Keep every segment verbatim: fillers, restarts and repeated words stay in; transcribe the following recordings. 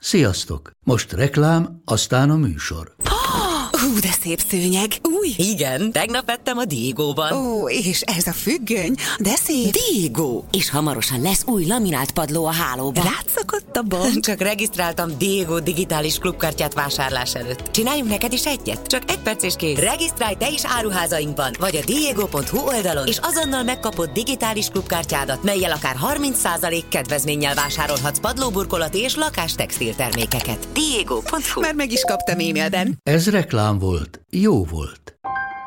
Sziasztok! Most reklám, aztán a műsor. Hú, de szép szőnyeg. Új? Igen, tegnap vettem a Diegóban. Ó, és ez a függöny, de szép. Diegó! És hamarosan lesz új laminált padló a hálóban. Rátszakadt a bank. Csak regisztráltam Diegó digitális klubkártyát vásárlás előtt. Csináljunk neked is egyet? Csak egy perc és kész. Regisztrálj te is áruházainkban, vagy a diego pont hu oldalon, és azonnal megkapod digitális klubkártyádat, mellyel akár harminc százalék kedvezménnyel vásárolhatsz padlóburkolati és lakástextil termékeket. diego pont hu. Már meg is kaptam e-mailben. Ez reklám volt, jó volt.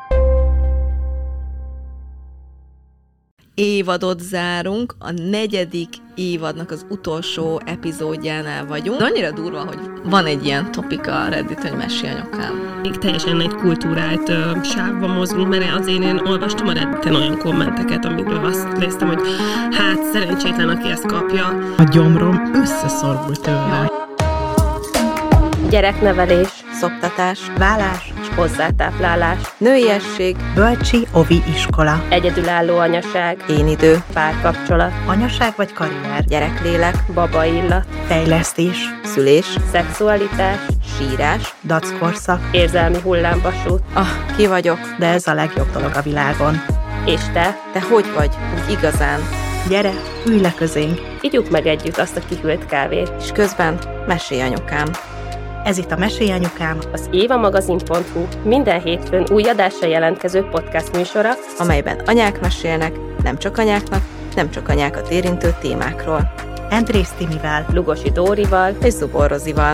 Évadot zárunk, a negyedik évadnak az utolsó epizódjánál vagyunk. De annyira durva, hogy van egy ilyen topika a Reddit, hogy Mesélj anyukám. Még teljesen egy kultúrált ö, sávban mozgunk, mert azért én olvastam a Redditen olyan kommenteket, amikről azt néztem, hogy hát szerencsétlen, aki ezt kapja. A gyomrom összeszorult tőle. Gyereknevelés, szoptatás, vállás és hozzátáplálás, nőiesség, bölcsi ovi iskola, egyedülálló anyaság, én idő, párkapcsolat, anyaság vagy karrier, gyereklélek, babaillat, fejlesztés, szülés, szexualitás, sírás, dackorszak, érzelmi hullámvasút. Ah, ki vagyok, de ez a legjobb dolog a világon. És te? Te hogy vagy, úgy igazán? Gyere, ülj le közénk. Igyuk meg együtt azt a kihűlt kávét. És közben Mesélj anyukám. Ez itt a Mesélj anyukám, az évamagazin pont hu minden hétfőn új adásra jelentkező podcast műsora, amelyben anyák mesélnek, nem csak anyáknak, nem csak anyákat érintő témákról. Andrész Timivel, Lugosi Dórival és Zubor Rozival.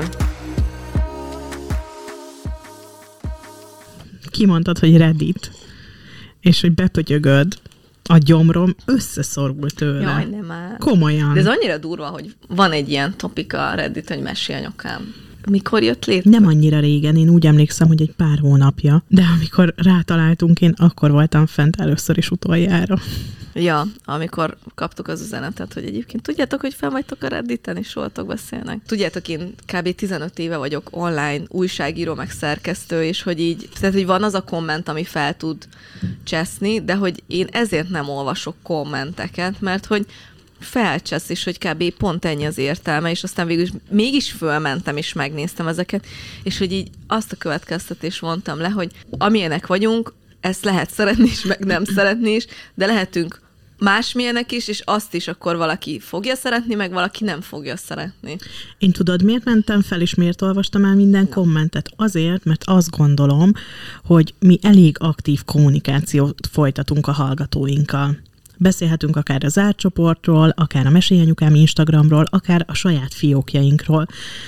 Kimondtad, hogy Reddit, és hogy bepötyögöd, a gyomrom összeszorult tőle. Jaj, nem áll. Komolyan. De ez annyira durva, hogy van egy ilyen topika a Reddit, hogy Mesélj anyukám. Mikor jött létre? Nem annyira régen, én úgy emlékszem, hogy egy pár hónapja, de amikor rátaláltunk, én akkor voltam fent először is utoljára. Ja, amikor kaptuk az üzenetet, hogy egyébként tudjátok, hogy fel vagytok a Redditen, és rólatok beszélnek. Tudjátok, én kb. tizenöt éve vagyok online újságíró, meg szerkesztő, és hogy így, tehát, hogy van az a komment, ami fel tud cseszni, de hogy én ezért nem olvasok kommenteket, mert hogy felcsesz, és hogy kb. Pont ennyi az értelme, és aztán végül is mégis fölmentem, és megnéztem ezeket, és hogy így azt a következtetést vontam le, hogy amilyenek vagyunk, ezt lehet szeretni is, meg nem szeretni is, de lehetünk másmilyenek is, és azt is akkor valaki fogja szeretni, meg valaki nem fogja szeretni. Én tudod, miért mentem fel, és miért olvastam el minden no. kommentet? Azért, mert azt gondolom, hogy mi elég aktív kommunikációt folytatunk a hallgatóinkkal. Beszélhetünk akár a zárt csoportról, akár a Mesélj anyukám Instagramról, akár a saját fiókjainkról.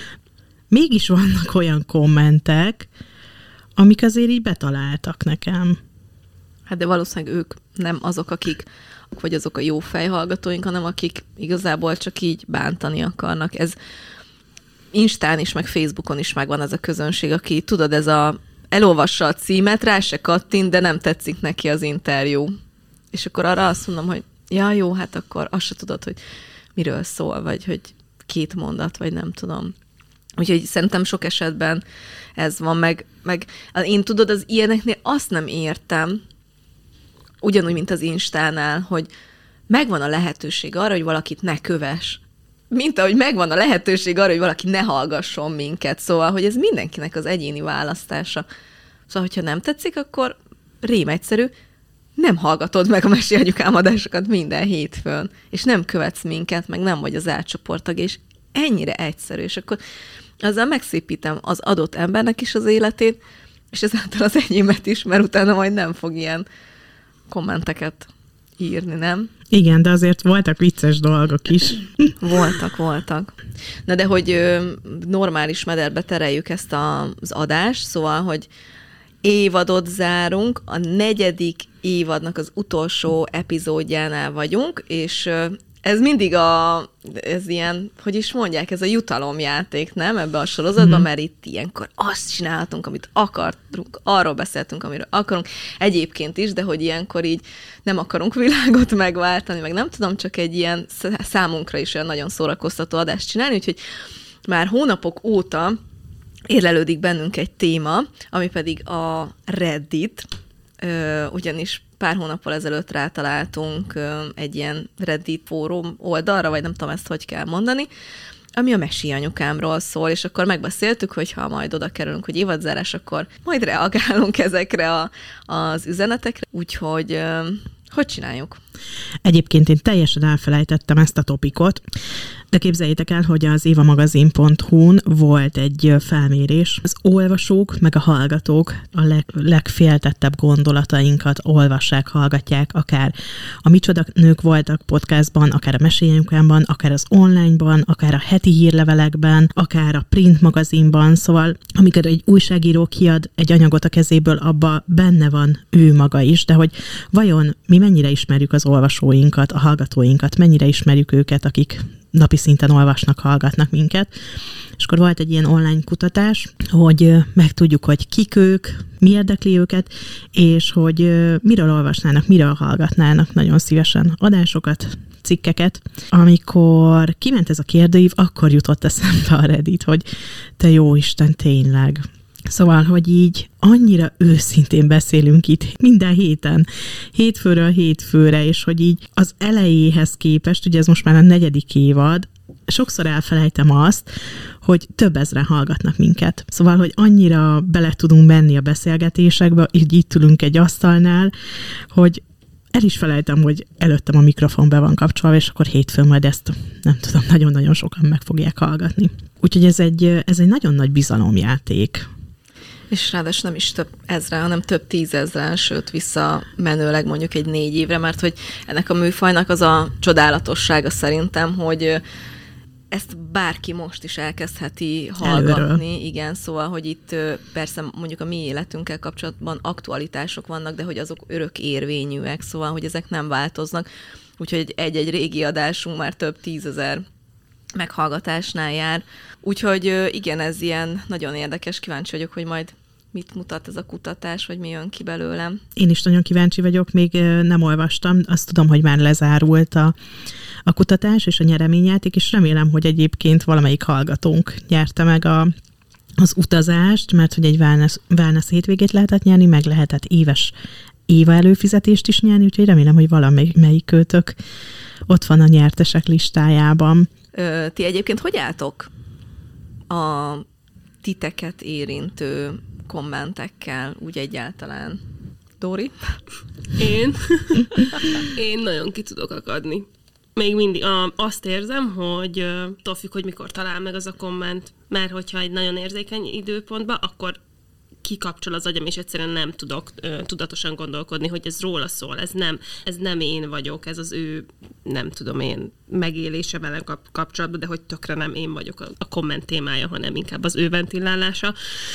Mégis vannak olyan kommentek, amik azért így betaláltak nekem. Hát de valószínűleg ők nem azok, akik, vagy azok a jó fejhallgatóink, hanem akik igazából csak így bántani akarnak. Ez Instán is, meg Facebookon is megvan ez a közönség, aki tudod, ez a elolvassa a címet, rá se kattint, de nem tetszik neki az interjú. És akkor arra azt mondom, hogy ja, jó, hát akkor azt se tudod, hogy miről szól, vagy hogy két mondat, vagy nem tudom. Úgyhogy szerintem sok esetben ez van, meg, meg én tudod, az ilyeneknél azt nem értem, ugyanúgy, mint az Instánál, hogy megvan a lehetőség arra, hogy valakit ne kövess. Mint ahogy megvan a lehetőség arra, hogy valaki ne hallgasson minket. Szóval, hogy ez mindenkinek az egyéni választása. Szóval, hogyha nem tetszik, akkor rém egyszerű, nem hallgatod meg a Mesélj anyukám adásokat minden hétfőn, és nem követsz minket, meg nem vagy az átcsoporttag, és ennyire egyszerű, és akkor azzal megszépítem az adott embernek is az életét, és ezáltal az enyémet is, mert utána majd nem fog ilyen kommenteket írni, nem? Igen, de azért voltak vicces dolgok is. Voltak, voltak. Na de hogy ö, normális mederbe tereljük ezt a, az adást, szóval, hogy évadot zárunk, a negyedik évadnak az utolsó epizódjánál vagyunk, és ez mindig a, ez ilyen, hogy is mondják, ez a jutalomjáték, nem? Ebbe a sorozatban, mm-hmm. mert itt ilyenkor azt csinálhatunk, amit akartunk, arról beszéltünk, amiről akarunk, egyébként is, de hogy ilyenkor így nem akarunk világot megváltani, meg nem tudom, csak egy ilyen számunkra is olyan nagyon szórakoztató adást csinálni, úgyhogy már hónapok óta érlelődik bennünk egy téma, ami pedig a Reddit, ugyanis pár hónappal ezelőtt rátaláltunk egy ilyen Reddit fórum oldalra, vagy nem tudom ezt, hogy kell mondani, ami a Mesi anyukámról szól, és akkor megbeszéltük, hogy ha majd oda kerülünk, hogy évadzárás, akkor majd reagálunk ezekre a, az üzenetekre. Úgyhogy hogy csináljuk? Egyébként én teljesen elfelejtettem ezt a topikot, de képzeljétek el, hogy az évamagazin pont hu-n volt egy felmérés. Az olvasók meg a hallgatók a leg, legféltettebb gondolatainkat olvassák, hallgatják, akár a Micsoda Nők voltak podcastban, akár a Mesélj Anyukámban, akár az onlineban, akár a heti hírlevelekben, akár a print magazinban, szóval amikor egy újságíró kiad egy anyagot a kezéből, abba benne van ő maga is, de hogy vajon mi mennyire ismerjük az olvasóinkat, a hallgatóinkat, mennyire ismerjük őket, akik napi szinten olvasnak, hallgatnak minket. És akkor volt egy ilyen online kutatás, hogy megtudjuk, hogy kik ők, mi érdekli őket, és hogy miről olvasnának, miről hallgatnának nagyon szívesen adásokat, cikkeket. Amikor kiment ez a kérdőív, akkor jutott eszembe a Reddit, hogy te jó Isten, tényleg. Szóval, hogy így annyira őszintén beszélünk itt minden héten, hétfőről hétfőre, és hogy így az elejéhez képest, ugye ez most már a negyedik évad, sokszor elfelejtem azt, hogy több ezren hallgatnak minket. Szóval, hogy annyira bele tudunk menni a beszélgetésekbe, így itt ülünk egy asztalnál, hogy el is felejtem, hogy előttem a mikrofon be van kapcsolva, és akkor hétfőn majd ezt, nem tudom, nagyon-nagyon sokan meg fogják hallgatni. Úgyhogy ez egy, ez egy nagyon nagy bizalomjáték. És ráadásul nem is több ezre, hanem több tízezren, sőt visszamenőleg mondjuk egy négy évre, mert hogy ennek a műfajnak az a csodálatossága szerintem, hogy ezt bárki most is elkezdheti hallgatni. Előről. Igen, szóval, hogy itt persze mondjuk a mi életünkkel kapcsolatban aktualitások vannak, de hogy azok örök érvényűek, szóval, hogy ezek nem változnak. Úgyhogy egy-egy régi adásunk már több tízezer meghallgatásnál jár. Úgyhogy igen, ez ilyen nagyon érdekes, kíváncsi vagyok, hogy majd mit mutat ez a kutatás, vagy mi jön ki belőlem. Én is nagyon kíváncsi vagyok, még nem olvastam, azt tudom, hogy már lezárult a, a kutatás és a nyereményjáték, és remélem, hogy egyébként valamelyik hallgatónk nyerte meg a, az utazást, mert hogy egy wellness, wellness hétvégét lehetett nyerni, meg lehetett éves éva előfizetést is nyerni, úgyhogy remélem, hogy valamelyik költök ott van a nyertesek listájában. Ö, ti egyébként hogy álltok a titeket érintő kommentekkel, úgy egyáltalán? Dóri? Én? Én nagyon ki tudok akadni. Még mindig a, azt érzem, hogy attól függ, hogy mikor talál meg az a komment, mert hogyha egy nagyon érzékeny időpontban, akkor kikapcsol az agyam, és egyszerűen nem tudok ö, tudatosan gondolkodni, hogy ez róla szól, ez nem, ez nem én vagyok, ez az ő, nem tudom én, megélése velem kap- kapcsolatban, de hogy tökre nem én vagyok a, a komment témája, hanem inkább az ő ventilálása.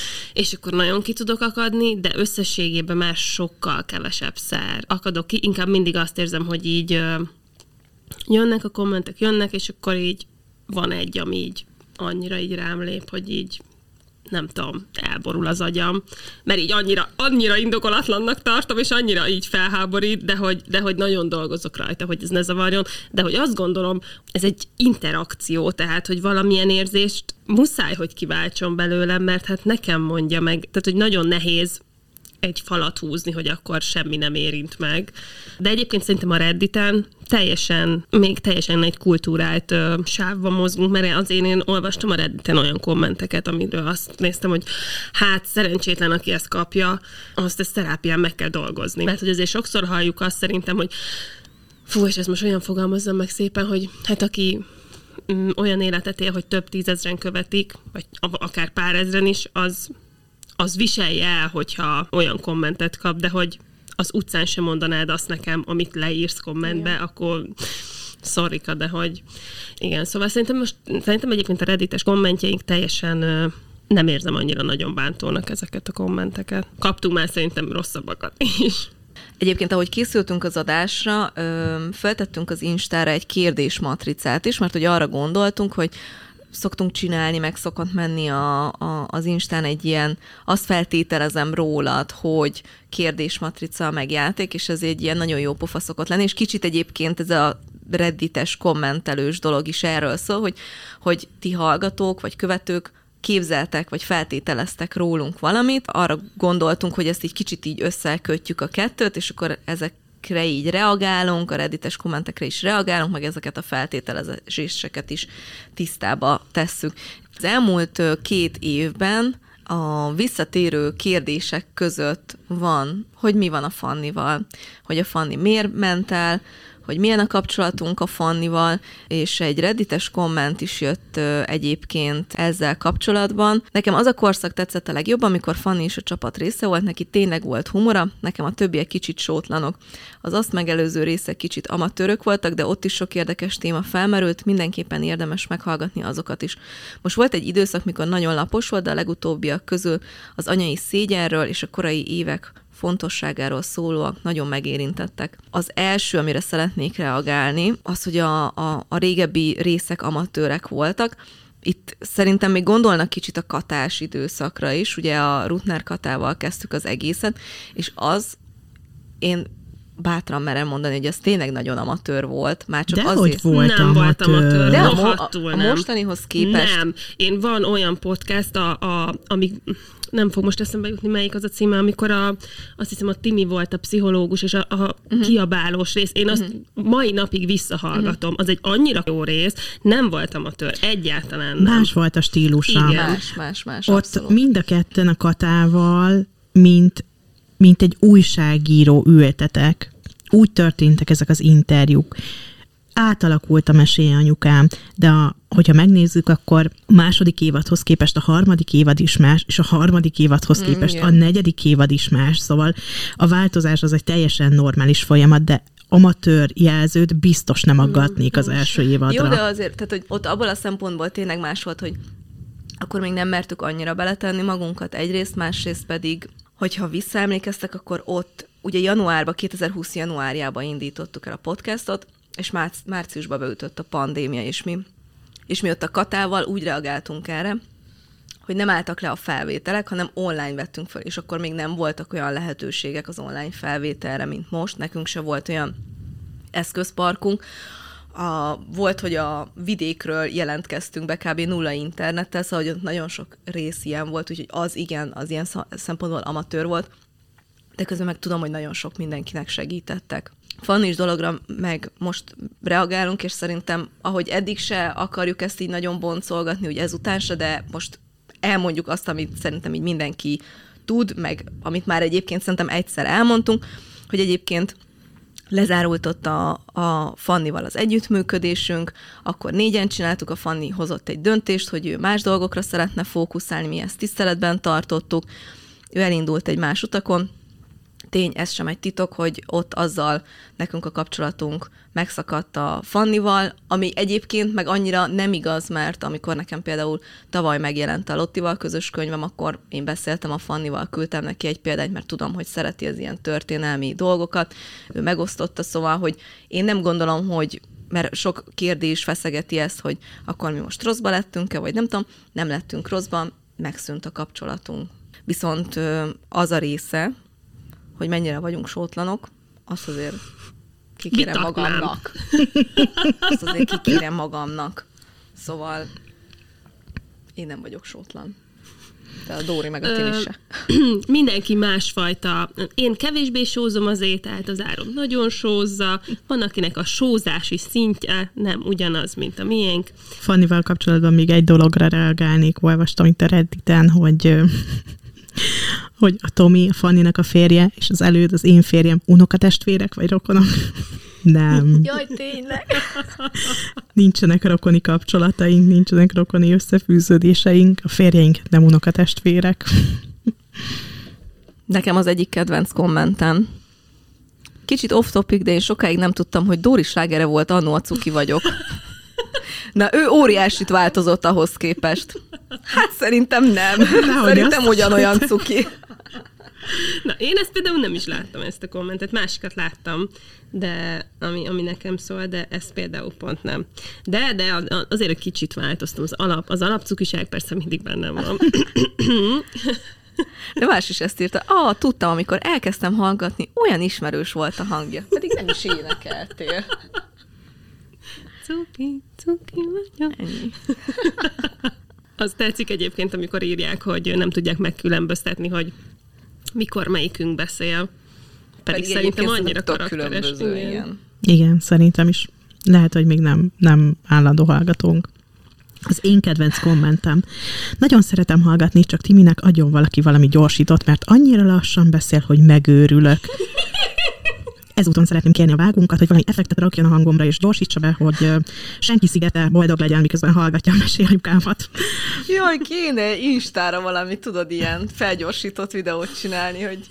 És akkor nagyon ki tudok akadni, de összességében már sokkal kevesebb szer akadok ki. Inkább mindig azt érzem, hogy így ö, jönnek a kommentek, jönnek, és akkor így van egy, ami így annyira így rám lép, hogy így nem tudom, elborul az agyam, mert így annyira, annyira indokolatlannak tartom, és annyira így felháborít, de hogy, de hogy nagyon dolgozok rajta, hogy ez ne zavarjon, de hogy azt gondolom, ez egy interakció, tehát, hogy valamilyen érzést muszáj, hogy kiváltson belőlem, mert hát nekem mondja meg, tehát, hogy nagyon nehéz egy falat húzni, hogy akkor semmi nem érint meg. De egyébként szerintem a Redditen teljesen, még teljesen egy kultúrált ö, sávban mozgunk, mert azért én olvastam a Redditen olyan kommenteket, amiről azt néztem, hogy hát szerencsétlen, aki ezt kapja, azt ezt terápián meg kell dolgozni. Mert hogy azért sokszor halljuk azt szerintem, hogy fú, és ezt most olyan fogalmazzam meg szépen, hogy hát aki mm, olyan életet él, hogy több tízezren követik, vagy akár pár ezren is, az az viselje el, hogyha olyan kommentet kap, de hogy az utcán sem mondanád azt nekem, amit leírsz kommentbe, igen. Akkor szorrika, de hogy igen, szóval szerintem most, szerintem egyébként a reddites kommentjeink teljesen ö, nem érzem annyira nagyon bántónak ezeket a kommenteket. Kaptunk már szerintem rosszabbakat is. Egyébként, ahogy készültünk az adásra, ö, feltettünk az Instára egy kérdésmatricát is, mert hogy arra gondoltunk, hogy szoktunk csinálni, meg szokott menni a, a, az Instán egy ilyen, azt feltételezem rólad, hogy kérdésmatrica meg játék, és ez egy ilyen nagyon jó pofa szokott lenni, és kicsit egyébként ez a reddites kommentelős dolog is erről szól, hogy, hogy ti hallgatók, vagy követők képzeltek, vagy feltételeztek rólunk valamit, arra gondoltunk, hogy ezt így kicsit így összekötjük a kettőt, és akkor ezek kommentekre így reagálunk, a reddites kommentekre is reagálunk, meg ezeket a feltételezéseket is tisztába tesszük. Az elmúlt két évben a visszatérő kérdések között van, hogy mi van a Fannival, hogy a Fanni miért ment el, hogy milyen a kapcsolatunk a Fannival, és egy reddites komment is jött ö, egyébként ezzel kapcsolatban. Nekem az a korszak tetszett a legjobban, amikor Fanni is a csapat része volt, neki tényleg volt humora, nekem a többiek kicsit sótlanok. Az azt megelőző részek kicsit amatőrök voltak, de ott is sok érdekes téma felmerült, mindenképpen érdemes meghallgatni azokat is. Most volt egy időszak, mikor nagyon lapos volt, de a legutóbbiak közül az anyai szégyenről és a korai évek fontosságáról szólóak nagyon megérintettek. Az első, amire szeretnék reagálni, az, hogy a, a, a régebbi részek amatőrek voltak. Itt szerintem még gondolnak kicsit a katás időszakra is, ugye a Rutner katával kezdtük az egészet, és az, én bátran merem mondani, hogy ez tényleg nagyon amatőr volt, már csak de azért. hogy volt nem amatőr. volt amatőr. De a, a, mo- a mostanihoz képest. Nem. Én van olyan podcast, a, a, ami nem fog most eszembe jutni, melyik az a címe, amikor a, azt hiszem a Timi volt a pszichológus, és a, a uh-huh. kiabálós rész. Én azt uh-huh. mai napig visszahallgatom. Uh-huh. Az egy annyira jó rész, nem volt amatőr, egyáltalán nem. Más volt a stílusa. Igen. Más, más, más. Ott abszolút. mind a ketten a Katával, mint, mint egy újságíró ültetek. Úgy történtek ezek az interjúk. Átalakult a Mesélj anyukám, de a, hogyha megnézzük, akkor a második évadhoz képest a harmadik évad is más, és a harmadik évadhoz képest mm, a negyedik évad is más. Szóval a változás az egy teljesen normális folyamat, de amatőr jelzőt biztos nem aggatnék az első évadra. Jó, de azért, tehát, hogy ott abból a szempontból tényleg más volt, hogy akkor még nem mertük annyira beletenni magunkat egyrészt, másrészt pedig, hogyha visszaemlékeztek, akkor ott ugye januárban, kétezer-húsz januárjában indítottuk el a podcastot, és márci- márciusban beütött a pandémia, és mi, és mi ott a Katával úgy reagáltunk erre, hogy nem álltak le a felvételek, hanem online vettünk fel, és akkor még nem voltak olyan lehetőségek az online felvételre, mint most, nekünk se volt olyan eszközparkunk. A, volt, hogy a vidékről jelentkeztünk be kb. Nulla internettel, szóval hogy ott nagyon sok rész ilyen volt, úgyhogy az igen, az ilyen szempontból amatőr volt, de közben meg tudom, hogy nagyon sok mindenkinek segítettek. Fannis dologra meg most reagálunk, és szerintem, ahogy eddig se akarjuk ezt így nagyon boncolgatni, úgy ezután se, de most elmondjuk azt, amit szerintem így mindenki tud, meg amit már egyébként szerintem egyszer elmondtunk, hogy egyébként lezárult ott a, a Fannival az együttműködésünk, akkor négyen csináltuk, a Fanni hozott egy döntést, hogy ő más dolgokra szeretne fókuszálni, mi ezt tiszteletben tartottuk, ő elindult egy más utakon. Tény, ez sem egy titok, hogy ott azzal nekünk a kapcsolatunk megszakadt a Fannival, ami egyébként meg annyira nem igaz, mert amikor nekem például tavaly megjelent a Lottival közös könyvem, akkor én beszéltem a Fannival, küldtem neki egy példányt, mert tudom, hogy szereti az ilyen történelmi dolgokat, ő megosztotta, szóval, hogy én nem gondolom, hogy mert sok kérdés feszegeti ezt, hogy akkor mi most rosszba lettünk-e, vagy nem tudom, nem lettünk rosszban, megszűnt a kapcsolatunk. Viszont az a része, hogy mennyire vagyunk sótlanok, azt azért kikérem Vitatnám. magamnak. Azt azért kikérem magamnak. Szóval én nem vagyok sótlan. De a Dóri meg a Tini se. Mindenki másfajta. Én kevésbé sózom az ételt, az Áron nagyon sózza. Van, akinek a sózási szintje nem ugyanaz, mint a miénk. Fannival kapcsolatban még egy dologra reagálnék. Olvastam itt a Redditen, hogy hogy a Tomi, a Fanninak a férje, és az előd az én férjem unokatestvérek, vagy rokonok? Nem. Jaj, tényleg. Nincsenek rokoni kapcsolataink, nincsenek rokoni összefűződéseink, a férjeinket nem unokatestvérek. Nekem az egyik kedvenc kommentem. Kicsit off-topic, de én sokáig nem tudtam, hogy Dóri slágere volt, annó a cuki vagyok. Na, ő óriásit változott ahhoz képest. Hát szerintem nem. Nehogy szerintem azt. ugyanolyan cuki. Na, én ezt például nem is láttam, ezt a kommentet, másikat láttam, de ami, ami nekem szól, de ez például pont nem. De, de azért egy kicsit változtam, az, alap, az alapcukiság persze mindig bennem van. De más is ezt írta. Ah, tudtam, amikor elkezdtem hallgatni, olyan ismerős volt a hangja. Pedig nem is énekeltél. Cuki, cuki vagyok. Ennyi. Az tetszik egyébként, amikor írják, hogy nem tudják megkülönböztetni, hogy mikor melyikünk beszél. Pedig, pedig szerintem annyira tök karakteres. különböző, Igen. igen. Igen, szerintem is. Lehet, hogy még nem, nem állandó hallgatónk. Az én kedvenc kommentem. Nagyon szeretem hallgatni, csak Timinek adjon valaki valami gyorsított, mert annyira lassan beszél, hogy megőrülök. Ezúton szeretném kérni a vágunkat, hogy valami effektet rakjon a hangomra, és gyorsítsa be, hogy senki szigete boldog legyen, miközben hallgatja a mesélyanyukámat. Jaj, kéne Instára valami, tudod, ilyen felgyorsított videót csinálni, hogy...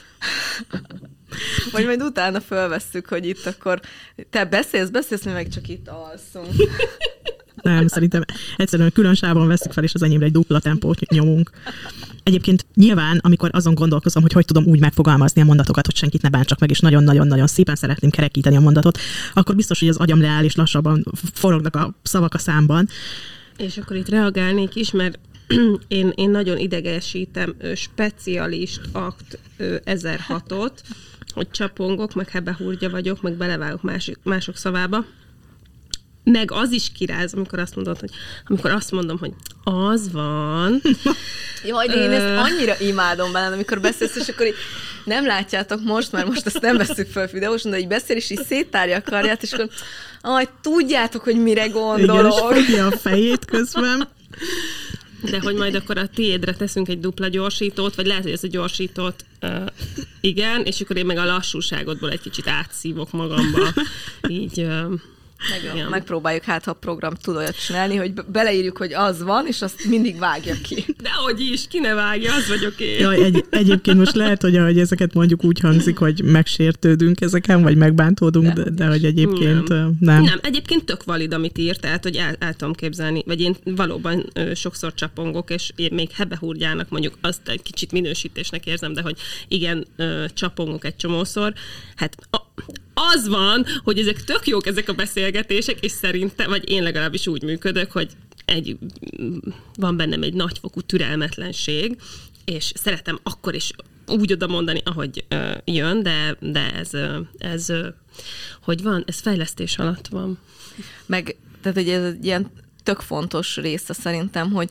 Vagy majd utána fölvesszük, hogy itt akkor te beszélsz, beszélsz, mi meg csak itt alszunk. Nem, szerintem egyszerűen külön sávon veszük fel, és az enyémre egy dupla tempót nyomunk. Egyébként nyilván, amikor azon gondolkozom, hogy hogy tudom úgy megfogalmazni a mondatokat, hogy senkit ne bántsak meg, és nagyon-nagyon-nagyon szépen szeretném kerekíteni a mondatot, akkor biztos, hogy az agyam leáll, és lassabban forognak a szavak a számban. És akkor itt reagálnék is, mert én, én nagyon idegesítem specialist akt ezerhatot, hogy csapongok, meg hebehúrgya vagyok, meg belevágok másik, mások szavába. Meg az is kiráz, amikor azt mondod, hogy amikor azt mondom, hogy az van. Jaj, de én ezt annyira imádom benne, amikor beszélsz, és akkor így nem látjátok most, mert most ezt nem veszük fel videósan, de így beszél, és így széttárja a karját, és akkor aj, tudjátok, hogy mire gondolok. Igen, és fogja a fejét közben. De hogy majd akkor a tiédre teszünk egy dupla gyorsítót, vagy lehet, hogy ez a gyorsítót uh, igen, és akkor én meg a lassúságodból egy kicsit átszívok magamba. Így... Uh, Meg, ja. Megpróbáljuk hát, ha a program tud olyat csinálni, hogy beleírjuk, hogy az van, és azt mindig vágja ki. Dehogy is, ki ne vágja, az vagyok én. Jaj, egy, egyébként most lehet, hogy ahogy ezeket mondjuk úgy hangzik, hogy megsértődünk ezeken, vagy megbántódunk, de, de hogy egyébként nem. nem. Nem, egyébként tök valid, amit ír, tehát, hogy el, el tudom képzelni, vagy én valóban ö, sokszor csapongok, és én még hebehúrgyának mondjuk azt egy kicsit minősítésnek érzem, de hogy igen, ö, csapongok egy csomószor. Hát a, az van, hogy ezek tök jók, ezek a beszélgetések, és szerintem, vagy én legalábbis úgy működök, hogy egy, van bennem egy nagyfokú türelmetlenség, és szeretem akkor is úgy oda mondani, ahogy uh, jön, de, de ez, uh, ez uh, hogy van, ez fejlesztés alatt van. Meg, tehát hogy ez egy ilyen tök fontos része szerintem, hogy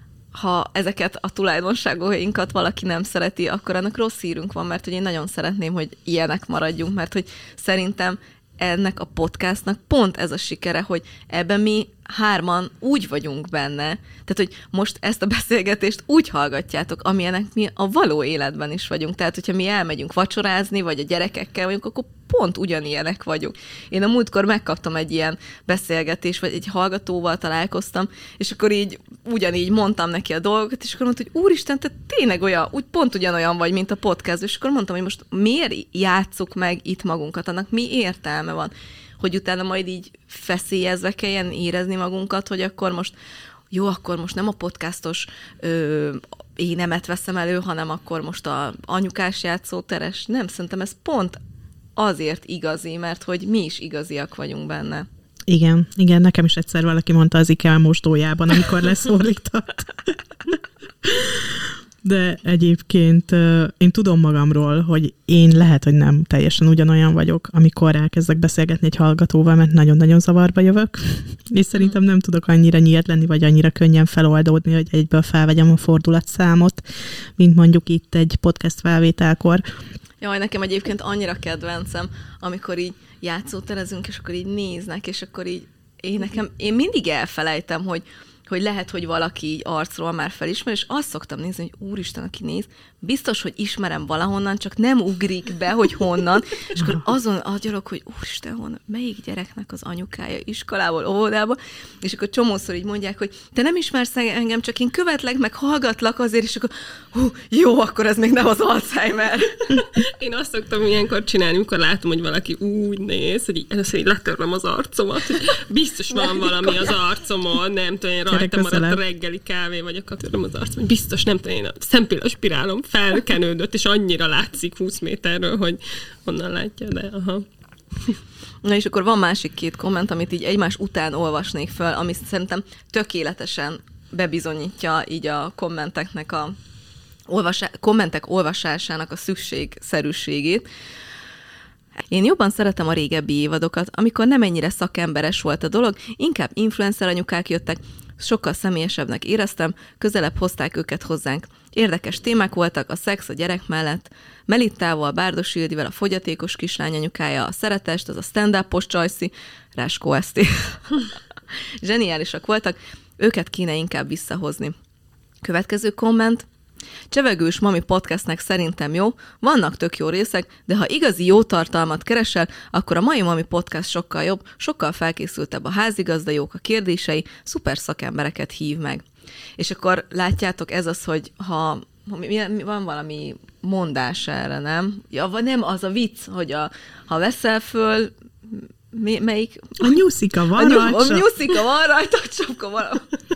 ha ezeket a tulajdonságainkat valaki nem szereti, akkor annak rossz hírünk van, mert hogy én nagyon szeretném, hogy ilyenek maradjunk, mert hogy szerintem ennek a podcastnak pont ez a sikere, hogy ebben mi hárman úgy vagyunk benne, tehát, hogy most ezt a beszélgetést úgy hallgatjátok, amilyenek mi a való életben is vagyunk. Tehát, hogyha mi elmegyünk vacsorázni, vagy a gyerekekkel vagyunk, akkor pont ugyanilyenek vagyunk. Én a múltkor megkaptam egy ilyen beszélgetést, vagy egy hallgatóval találkoztam, és akkor így ugyanígy mondtam neki a dolgokat, és akkor mondta, hogy úristen, te tényleg olyan, úgy pont ugyanolyan vagy, mint a podcast, és akkor mondtam, hogy most miért játsszuk meg itt magunkat, annak mi értelme van, hogy utána majd így feszélyezve kelljen érezni magunkat, hogy akkor most jó, akkor most nem a podcastos ö, énemet veszem elő, hanem akkor most a anyukás játszóteres. Nem, szerintem ez pont azért igazi, mert hogy mi is igaziak vagyunk benne. Igen, igen, nekem is egyszer valaki mondta az IKEA mosdójában, amikor leszólított. De egyébként én tudom magamról, hogy én lehet, hogy nem teljesen ugyanolyan vagyok, amikor elkezdek beszélgetni egy hallgatóval, mert nagyon-nagyon zavarba jövök, és szerintem nem tudok annyira nyílt lenni, vagy annyira könnyen feloldódni, hogy egyből felvegyem a fordulatszámot, mint mondjuk itt egy podcast felvételkor. Jaj, nekem egyébként annyira kedvencem, amikor így játszóterezünk, és akkor így néznek, és akkor így én nekem, én mindig elfelejtem, hogy hogy lehet, hogy valaki így arcról már felismer, és azt szoktam nézni, hogy úristen, aki néz, biztos, hogy ismerem valahonnan, csak nem ugrik be, hogy honnan, és akkor azon agyalok, hogy úristen, honnan, melyik gyereknek az anyukája iskolából, óvodából, és akkor csomószor így mondják, hogy te nem ismersz engem, csak én követlek, meg hallgatlak azért, és akkor hú, jó, akkor ez még nem az Alzheimer. Én azt szoktam ilyenkor csinálni, amikor látom, hogy valaki úgy néz, hogy így először így letörlöm az arcomat, hogy biztos van nem, valami az arcomon, nem tudom, én rajta maradt a reggeli kávé, vagy akkor törlöm az arcom, hogy biztos nem tudom, én a szempillaszpirálom felkenődött, és annyira látszik húsz méterről, hogy onnan látja, de aha. Na és akkor van másik két komment, amit így egymás után olvasnék föl, ami szerintem tökéletesen bebizonyítja így a kommenteknek a olvasá- kommentek olvasásának a szükségszerűségét. Én jobban szeretem a régebbi évadokat, amikor nem ennyire szakemberes volt a dolog, inkább influencer anyukák jöttek, sokkal személyesebbnek éreztem, közelebb hozták őket hozzánk. Érdekes témák voltak, a szex a gyerek mellett, Melittával, Bárdos Ildivel, a fogyatékos kislány anyukája, a szeretest, az a stand-up-os Csajci, Ráskó eszté. Zseniálisak voltak, őket kéne inkább visszahozni. Következő komment. Csevegős Mami podcastnek szerintem jó, vannak tök jó részek, de ha igazi jó tartalmat keresel, akkor a mai Mami podcast sokkal jobb, sokkal felkészültebb a házigazdajók, a kérdései, szuper szakembereket hív meg. És akkor látjátok, ez az, hogy ha, ha mi, mi, van valami mondás erre, nem? Ja, vagy nem, az a vicc, hogy a, ha veszel föl, mi, melyik? A nyuszika van a nyusz, rajta. A nyuszika van rajta, a csapka van.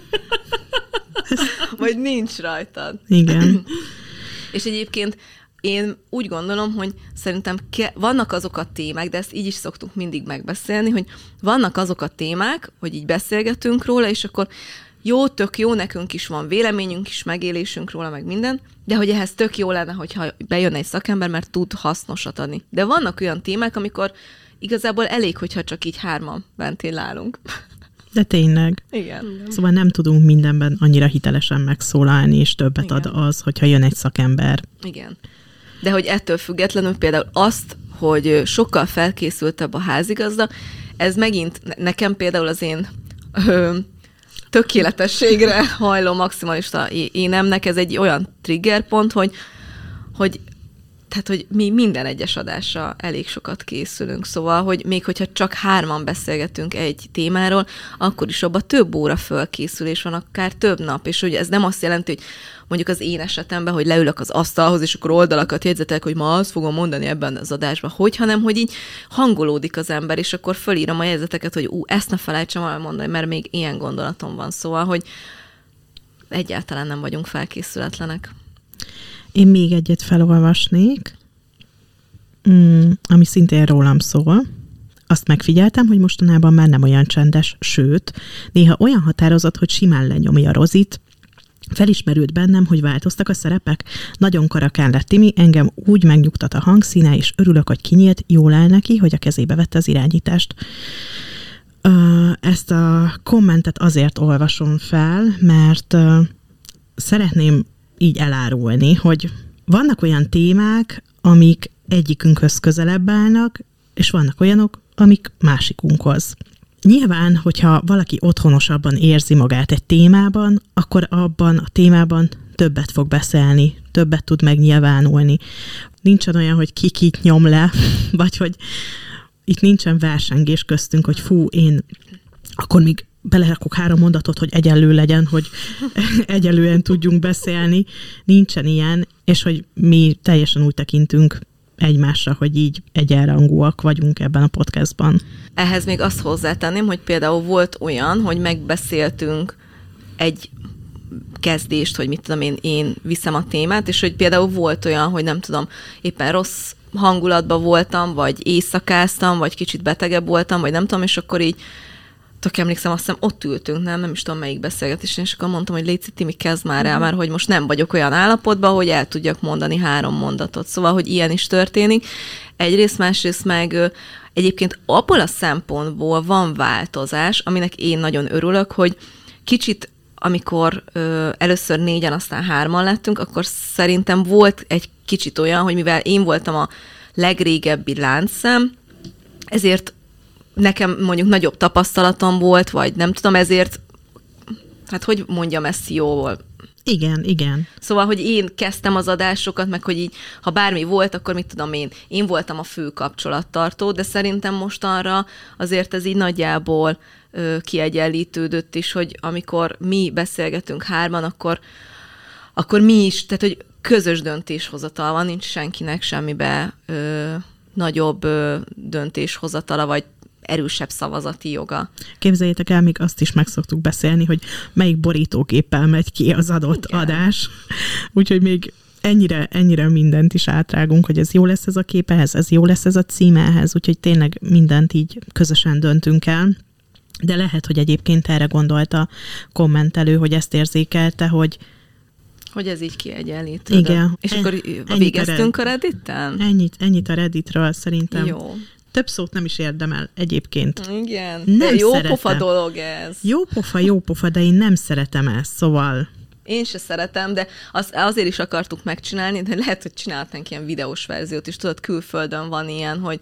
Vagy nincs rajtad. Igen. És egyébként én úgy gondolom, hogy szerintem ke- vannak azok a témák, de ezt így is szoktunk mindig megbeszélni, hogy vannak azok a témák, hogy így beszélgetünk róla, és akkor jó, tök jó, nekünk is van véleményünk is, megélésünk róla, meg minden, de hogy ehhez tök jó lenne, hogyha bejön egy szakember, mert tud hasznosat adni. De vannak olyan témák, amikor igazából elég, hogyha csak így hárman ventilálunk. De tényleg. Igen. Szóval nem tudunk mindenben annyira hitelesen megszólalni, és többet Igen. ad az, hogyha jön egy szakember. Igen. De hogy ettől függetlenül például azt, hogy sokkal felkészültebb a házigazda, ez megint nekem például az én ö, tökéletességre hajló maximalista énemnek ez egy olyan triggerpont, hogy, hogy tehát, hogy mi minden egyes adásra elég sokat készülünk. Szóval, hogy még hogyha csak hárman beszélgetünk egy témáról, akkor is abban több óra fölkészülés van, akár több nap. És hogy ez nem azt jelenti, hogy mondjuk az én esetemben, hogy leülök az asztalhoz, és akkor oldalakat jegyzetek, hogy ma azt fogom mondani ebben az adásban, hogy, hanem hogy így hangolódik az ember, és akkor fölírom a jegyzeteket, hogy ú, ezt ne felejtsem elmondani, mert még ilyen gondolatom van. Szóval, hogy egyáltalán nem vagyunk felkészületlenek. Én még egyet felolvasnék, mm, ami szintén rólam szól. Azt megfigyeltem, hogy mostanában már nem olyan csendes, sőt, néha olyan határozott, hogy simán lenyomja a rozit. Felismerült bennem, hogy változtak a szerepek. Nagyon karakán lett Timi, engem úgy megnyugtat a hangszíne, és örülök, hogy kinyílt, jól áll neki, hogy a kezébe vette az irányítást. Ezt a kommentet azért olvasom fel, mert szeretném így elárulni, hogy vannak olyan témák, amik egyikünkhöz közelebb állnak, és vannak olyanok, amik másikunkhoz. Nyilván, hogyha valaki otthonosabban érzi magát egy témában, akkor abban a témában többet fog beszélni, többet tud megnyilvánulni. Nincsen olyan, hogy ki kit nyom le, vagy hogy itt nincsen versengés köztünk, hogy fú, én akkor még belerakok három mondatot, hogy egyenlő legyen, hogy egyenlően tudjunk beszélni. Nincsen ilyen, és hogy mi teljesen úgy tekintünk egymásra, hogy így egyenrangúak vagyunk ebben a podcastban. Ehhez még azt hozzátenném, hogy például volt olyan, hogy megbeszéltünk egy kezdést, hogy mit tudom én, én viszem a témát, és hogy például volt olyan, hogy nem tudom, éppen rossz hangulatban voltam, vagy éjszakáztam, vagy kicsit betegebb voltam, vagy nem tudom, és akkor így tök emlékszem, azt hiszem ott ültünk, nem, nem is tudom melyik beszélgetésen, és akkor mondtam, hogy légy Timi, kezd már el, már hogy most nem vagyok olyan állapotban, hogy el tudjak mondani három mondatot. Szóval, hogy ilyen is történik. Egyrészt, másrészt meg egyébként abból a szempontból van változás, aminek én nagyon örülök, hogy kicsit amikor ö, először négyen, aztán hárman lettünk, akkor szerintem volt egy kicsit olyan, hogy mivel én voltam a legrégebbi láncszem, ezért nekem mondjuk nagyobb tapasztalatom volt, vagy nem tudom, ezért, hát hogy mondjam ezt jól? Igen, igen. Szóval, hogy én kezdtem az adásokat, meg hogy így, ha bármi volt, akkor mit tudom én, én voltam a fő kapcsolattartó, de szerintem mostanra azért ez így nagyjából ö, kiegyenlítődött is, hogy amikor mi beszélgetünk hárman, akkor, akkor mi is, tehát hogy közös döntéshozatal van, nincs senkinek semmibe ö, nagyobb ö, döntéshozatala, vagy erősebb szavazati joga. Képzeljétek el, még azt is meg szoktuk beszélni, hogy melyik borítóképpel megy ki az adott Igen. adás. Úgyhogy még ennyire, ennyire mindent is átrágunk, hogy ez jó lesz ez a képehez, ez jó lesz ez a címehez, úgyhogy tényleg mindent így közösen döntünk el. De lehet, hogy egyébként erre gondolt a kommentelő, hogy ezt érzékelte, hogy Hogy ez így kiegyenlítődött. Igen. És en, akkor végeztünk a Reddit-tel? Ennyit, ennyit a Redditről szerintem. Jó. Több szót nem is érdemel egyébként. Igen, nem de jó szeretem. pofa dolog ez. Jó pofa, jó pofa, de én nem szeretem ezt, szóval... Én se szeretem, de az, azért is akartuk megcsinálni, de lehet, hogy csinálhatnánk ilyen videós verziót is. Tudod, külföldön van ilyen, hogy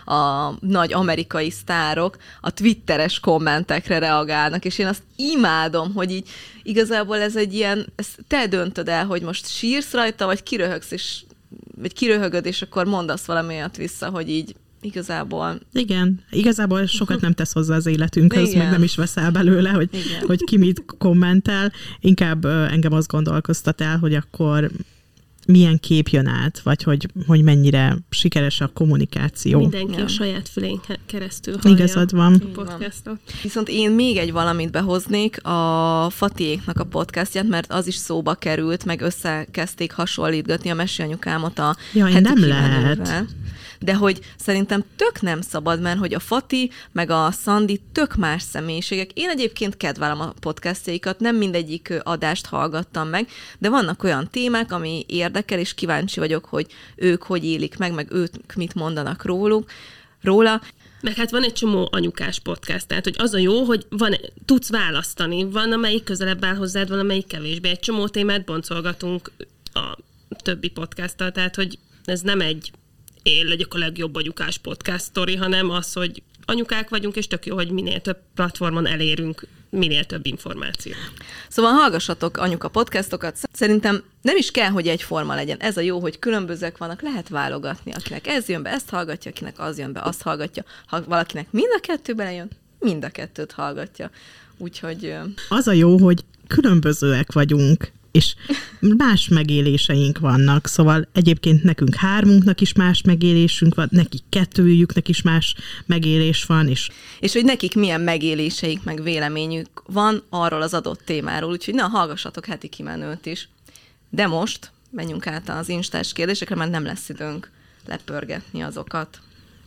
a nagy amerikai sztárok a twitteres kommentekre reagálnak, és én azt imádom, hogy így igazából ez egy ilyen, ezt te döntöd el, hogy most sírsz rajta, vagy kiröhögsz, és, vagy kiröhögöd, és akkor mondasz valami olyat vissza, hogy így igazából... Igen, igazából sokat nem tesz hozzá az életünkhöz, Igen. meg nem is veszel belőle, hogy, hogy ki mit kommentel. Inkább uh, engem azt gondolkoztat el, hogy akkor milyen kép jön át, vagy hogy, hogy mennyire sikeres a kommunikáció. Mindenki Igen. a saját fülén keresztül hallja Igazad van. a podcastot. Viszont én még egy valamit behoznék, a Fatiéknak a podcastját, mert az is szóba került, meg összekezdték hasonlítgatni a Meséanyukámot a Jaj, heti nem kimenővel. lehet. De hogy szerintem tök nem szabad, mert hogy a Fati meg a Szandi tök más személyiségek. Én egyébként kedvelem a podcastjaikat, nem mindegyik adást hallgattam meg, de vannak olyan témák, ami érdekel, és kíváncsi vagyok, hogy ők hogy élik meg, meg ők mit mondanak róluk, róla. Meg hát van egy csomó anyukás podcast, tehát hogy az a jó, hogy van, tudsz választani, van amelyik közelebb áll hozzád, van amelyik kevésbé. Egy csomó témát boncolgatunk a többi podcasttal, tehát hogy ez nem egy én legyek a legjobb anyukás podcast sztori, hanem az, hogy anyukák vagyunk, és tök jó, hogy minél több platformon elérünk minél több információt. Szóval hallgassatok anyuka podcastokat. Szerintem nem is kell, hogy egyforma legyen. Ez a jó, hogy különbözők vannak, lehet válogatni. Akinek ez jön be, ezt hallgatja, akinek az jön be, azt hallgatja. Ha valakinek mind a kettő belejön, mind a kettőt hallgatja. Úgyhogy... Az a jó, hogy különbözőek vagyunk, és más megéléseink vannak, szóval egyébként nekünk hármunknak is más megélésünk van, nekik kettőjüknek is más megélés van, és... És hogy nekik milyen megéléseik, meg véleményük van arról az adott témáról, úgyhogy na, hallgassatok heti kimenőt is. De most menjünk át az instás kérdésekre, mert nem lesz időnk lepörgetni azokat.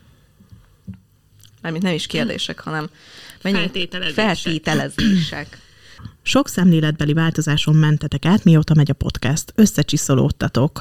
Mármint nem is kérdések, hanem feltételezések. feltételezések. Sok szemléletbeli változáson mentetek át, mióta megy a podcast. Összecsiszolódtatok.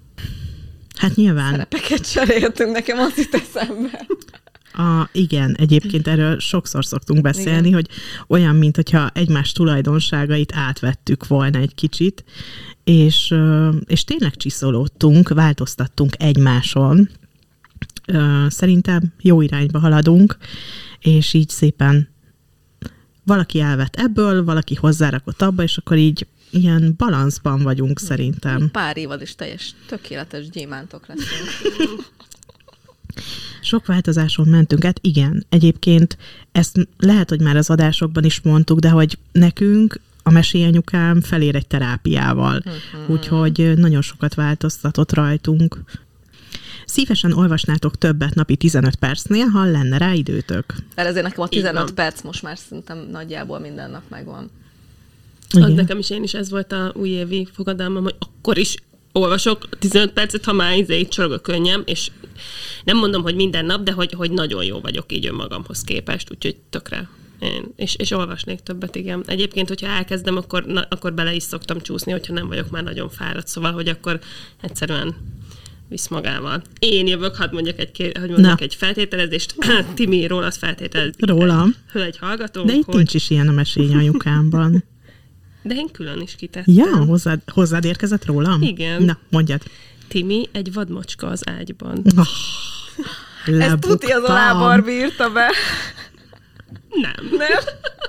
Hát nyilván... Szerepeket cseréltünk, nekem az itt eszembe. A, igen, egyébként erről sokszor szoktunk beszélni, igen. Hogy olyan, mint hogyha egymás tulajdonságait átvettük volna egy kicsit, és, és tényleg csiszolódtunk, változtattunk egymáson. Szerintem jó irányba haladunk, és így szépen valaki elvett ebből, valaki hozzárakott abba, és akkor így ilyen balanszban vagyunk szerintem. Pár évad is teljes, tökéletes gyémántok leszünk. Sok változáson mentünk át, igen. Egyébként ezt lehet, hogy már az adásokban is mondtuk, de hogy nekünk a Mesélyanyukám felér egy terápiával. Uh-huh. Úgyhogy nagyon sokat változtatott rajtunk. Szívesen olvasnátok többet napi tizenöt percnél, ha lenne rá időtök. Mert ezért nekem a tizenöt perc most már szerintem nagyjából minden nap megvan. Az nekem is, én is ez volt a újévi fogadalmam, hogy akkor is olvasok tizenöt percet, ha már izé csorog a könnyem, és nem mondom, hogy minden nap, de hogy, hogy nagyon jó vagyok így önmagamhoz képest, úgyhogy tökre. Én, és, és olvasnék többet, igen. Egyébként, hogyha elkezdem, akkor, na, akkor bele is szoktam csúszni, hogyha nem vagyok már nagyon fáradt, szóval, hogy akkor egyszerűen visz magával. Én jövök, hadd mondjak egy, hogy mondjak egy feltételezést. Timiról az feltételez. Rólam. Hölgy hallgató. De itt hogy... nincs is ilyen a Mesélyanyukámban. De én külön is kitettem. Ja, hozzád, hozzád érkezett rólam? Igen. Na, mondjad. Timi egy vadmocska az ágyban. Oh, ezt tuti az a lábarbi írta be. Nem. Nem?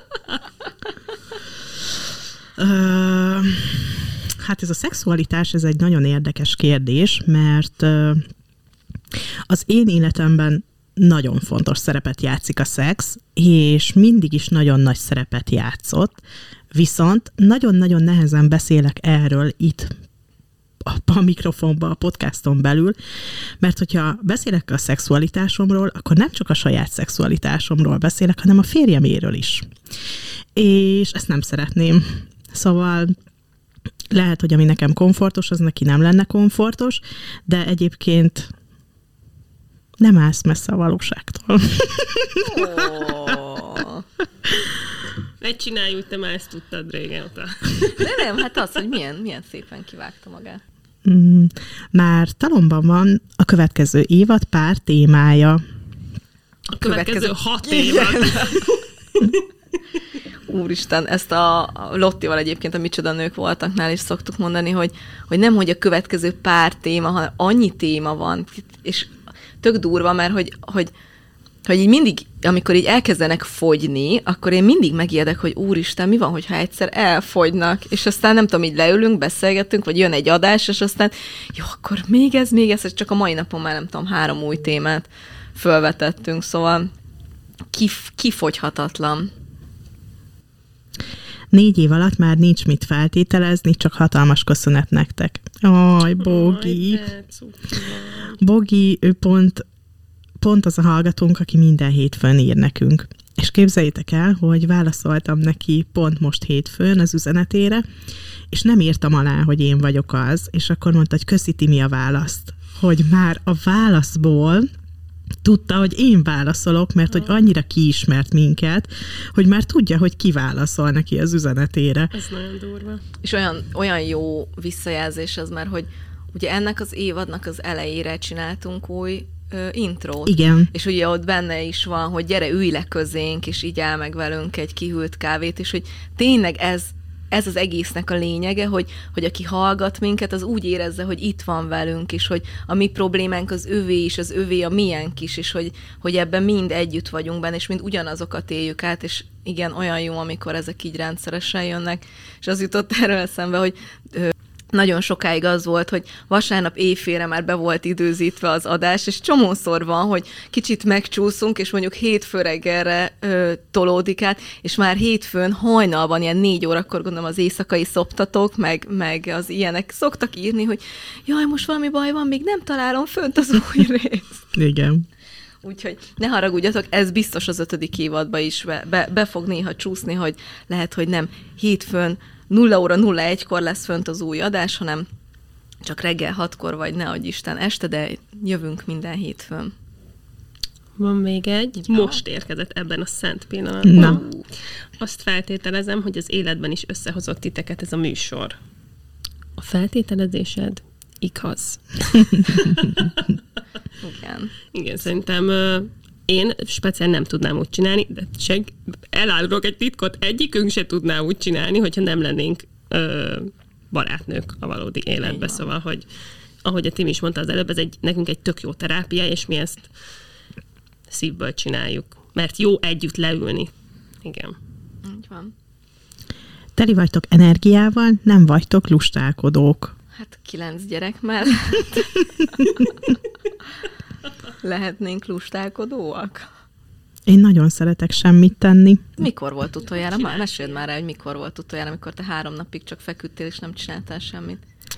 uh, hát ez a szexualitás, ez egy nagyon érdekes kérdés, mert uh, az én életemben nagyon fontos szerepet játszik a szex, és mindig is nagyon nagy szerepet játszott, viszont nagyon-nagyon nehezen beszélek erről itt a mikrofonba, a podcaston belül, mert hogyha beszélek a szexualitásomról, akkor nem csak a saját szexualitásomról beszélek, hanem a férjeméről is. És ezt nem szeretném. Szóval lehet, hogy ami nekem komfortos, az neki nem lenne komfortos, de egyébként nem állsz messze a valóságtól. Oh. Ne csinálj úgy, te már ezt tudtad régen óta. De nem, hát az, hogy milyen, milyen szépen kivágta magát. Mm, már talomban van a következő évad pár témája. A következő, következő hat évad. Úristen, ezt a, a Lottival egyébként a Micsoda Nők voltaknál is szoktuk mondani, hogy, hogy nem, hogy a következő pár téma, hanem annyi téma van, és tök durva, mert hogy, hogy, hogy így mindig, amikor így elkezdenek fogyni, akkor én mindig megijedek, hogy úristen, mi van, hogyha egyszer elfogynak, és aztán nem tudom, így leülünk, beszélgetünk, vagy jön egy adás, és aztán jó, akkor még ez, még ez, csak a mai napon már nem tudom, három új témát fölvetettünk, szóval kif, kifogyhatatlan. Négy év alatt már nincs mit feltételezni, csak hatalmas köszönet nektek. Aj, Bogi. Aj, Bogi, ő pont, pont az a hallgatónk, aki minden hétfőn ír nekünk. És képzeljétek el, hogy válaszoltam neki pont most hétfőn az üzenetére, és nem írtam alá, hogy én vagyok az, és akkor mondta, hogy köszi Timi a választ. Hogy már a válaszból tudta, hogy én válaszolok, mert hogy annyira kiismert minket, hogy már tudja, hogy ki válaszol neki az üzenetére. Ez nagyon durva. És olyan, olyan jó visszajelzés az már, hogy ugye ennek az évadnak az elejére csináltunk új ö, intrót. Igen. És ugye ott benne is van, hogy gyere, ülj le közénk, és így áll meg velünk egy kihűlt kávét, és hogy tényleg ez ez az egésznek a lényege, hogy, hogy aki hallgat minket, az úgy érezze, hogy itt van velünk, és hogy a mi problémánk az övé is, az övé a miénk is, és hogy, hogy ebben mind együtt vagyunk benne, és mind ugyanazokat éljük át, és igen, olyan jó, amikor ezek így rendszeresen jönnek. És az jutott erről eszembe, hogy ö, nagyon sokáig az volt, hogy vasárnap éjfélre már be volt időzítve az adás, és csomószor van, hogy kicsit megcsúszunk, és mondjuk hétfő reggelre ö, tolódik át, és már hétfőn hajnalban, ilyen négy órakor gondolom az éjszakai szoptatók, meg, meg az ilyenek szoktak írni, hogy jaj, most valami baj van, még nem találom fönt az új részt. Igen. Úgyhogy ne haragudjatok, ez biztos az ötödik évadba is be, be, be fog néha csúszni, hogy lehet, hogy nem hétfőn nulla óra nulla egykor lesz fönt az új adás, hanem csak reggel hatkor, vagy ne adj Isten este, de jövünk minden hétfőn. Van még egy, ja. Most érkezett ebben a szent pillanatban. Na. Azt feltételezem, hogy az életben is összehozott titeket ez a műsor. A feltételezésed igaz. Igen. Igen, szerintem uh, én speciál nem tudnám úgy csinálni, de csak elárulok egy titkot, egyikünk se tudná úgy csinálni, hogyha nem lennénk uh, barátnők a valódi életben. Szóval, hogy ahogy a Tim is mondta az előbb, ez egy, nekünk egy tök jó terápia, és mi ezt szívből csináljuk. Mert jó együtt leülni. Igen. Így van. Teli vagytok energiával, nem vagytok lustálkodók. Hát kilenc gyerek mellett lehetnénk lustálkodóak. Én nagyon szeretek semmit tenni. Mikor volt utoljára? Már meséld már el, hogy mikor volt utoljára, amikor te három napig csak feküdtél, és nem csináltál semmit.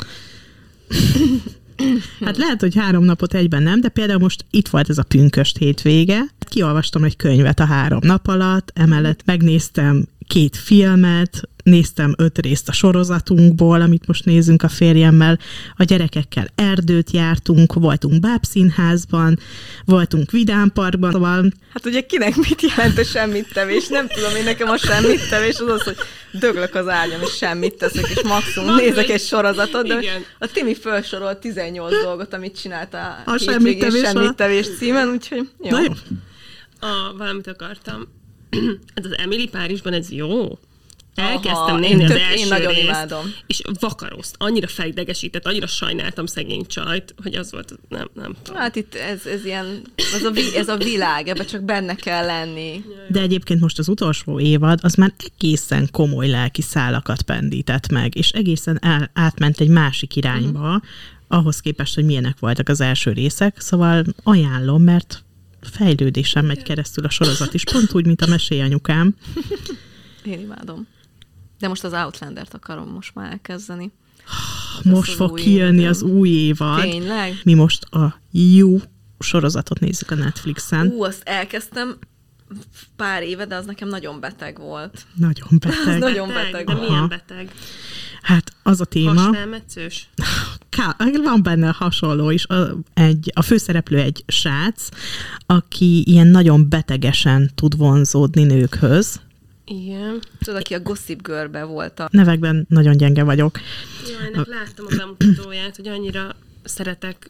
Hát lehet, hogy három napot egyben nem, de például most itt volt ez a pünkösd hétvége. Kiolvastam egy könyvet a három nap alatt, emellett megnéztem két filmet, néztem öt részt a sorozatunkból, amit most nézünk a férjemmel, a gyerekekkel erdőt jártunk, voltunk bábszínházban, voltunk vidámparkban. Hát ugye kinek mit jelent a semmit tevés? Nem tudom, én nekem a semmit tevés az az, hogy döglök az ágyam, és semmit teszek, és maximum nézek egy sorozatot, de igen. A Timi felsorolt tizennyolc dolgot, amit csinált a, a semmit tevés, semmit tevés címen, úgyhogy jó. Na jó. A, valamit akartam. Ez az Emily Párizsban, ez jó. Elkezdtem Aha, nézni az tök, első én nagyon részt, imádom. És vakarózt. Annyira felidegesített, annyira sajnáltam szegény csajt, hogy az volt, nem, nem tudom. Hát itt ez, ez ilyen, ez a, vi, ez a világ, ebben csak benne kell lenni. De egyébként most az utolsó évad, az már egészen komoly lelki szálakat pendített meg, és egészen el, átment egy másik irányba, uh-huh. ahhoz képest, hogy milyenek voltak az első részek, szóval ajánlom, mert fejlődésen megy keresztül a sorozat is, pont úgy, mint a Mesélyanyukám. Én imádom. De most az Outlandert akarom most már elkezdeni. Az most fog kijönni évad. Az új évad. Tényleg? Mi most a You sorozatot nézzük a Netflixen. Ú, azt elkezdtem pár éve, de az nekem nagyon beteg volt. Nagyon beteg. Az nagyon beteg. De milyen beteg? Hát az a téma... Hasmelmetszős? Van benne hasonló is. A, egy, a főszereplő egy srác, aki ilyen nagyon betegesen tud vonzódni nőkhöz. Igen. Tudod, aki a Gossip Girl-be volt a... Nevekben nagyon gyenge vagyok. Jaj, ennek láttam a bemutatóját, hogy annyira szeretek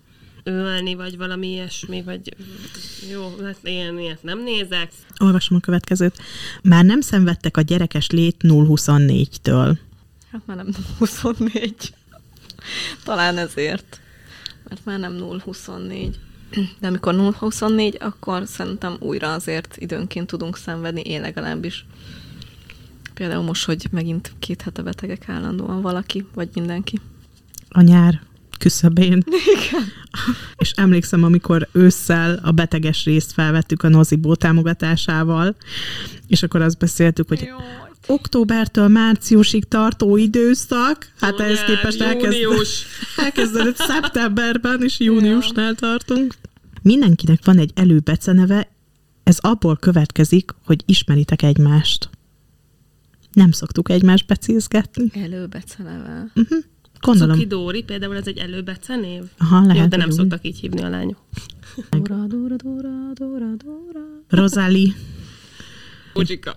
ölni, vagy valami ilyesmi, vagy jó, hát ilyen ilyet nem nézek. Olvasom a következőt. Már nem szenvedtek a gyerekes lét nulla huszonnégytől. Hát már nem nulla huszonnégy. Talán ezért. Mert már nem nulla huszonnégy. De amikor nulla huszonnégy, akkor szerintem újra azért időnként tudunk szenvedni, én legalábbis. Például most, hogy megint két hete betegek állandóan valaki, vagy mindenki. A nyár küszöbén. Igen. És emlékszem, amikor ősszel a beteges részt felvettük a Nozibó támogatásával, és akkor azt beszéltük, hogy Jó. októbertől márciusig tartó időszak, hát Ugyan, ehhez képest elkezdődött, elkezdődött szeptemberben, és júniusnál ja. tartunk. Mindenkinek van egy előbeceneve, ez abból következik, hogy ismeritek egymást. Nem szoktuk egymást becézgetni. Előbeceneve. Uh-huh. Gondolom. Cuki Dóri, például ez egy előbecenév? Aha, lehet. Jó, de nem úgy. szoktak így hívni a lányok. Dóra, Dóra, Dóra, Dóra, Dóra. Rozali. Ucsika.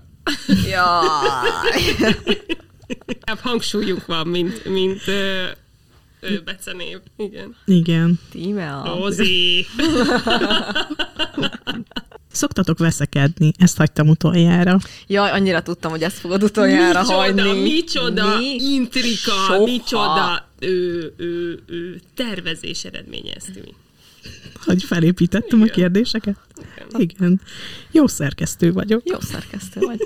Jaj. Hangsúlyunk van, mint, mint ö, ö, becenév. Igen. Igen. Tímea. Rozi. Szoktatok veszekedni, ezt hagytam utoljára. Jaj, annyira tudtam, hogy ezt fogod utoljára micsoda, hagyni. Micsoda, Mi? intrika, Soha. micsoda ő, ő, ő, tervezés eredményeztünk. Hogy felépítettem Igen. a kérdéseket? Igen. Igen. Jó szerkesztő vagyok. Jó szerkesztő vagy.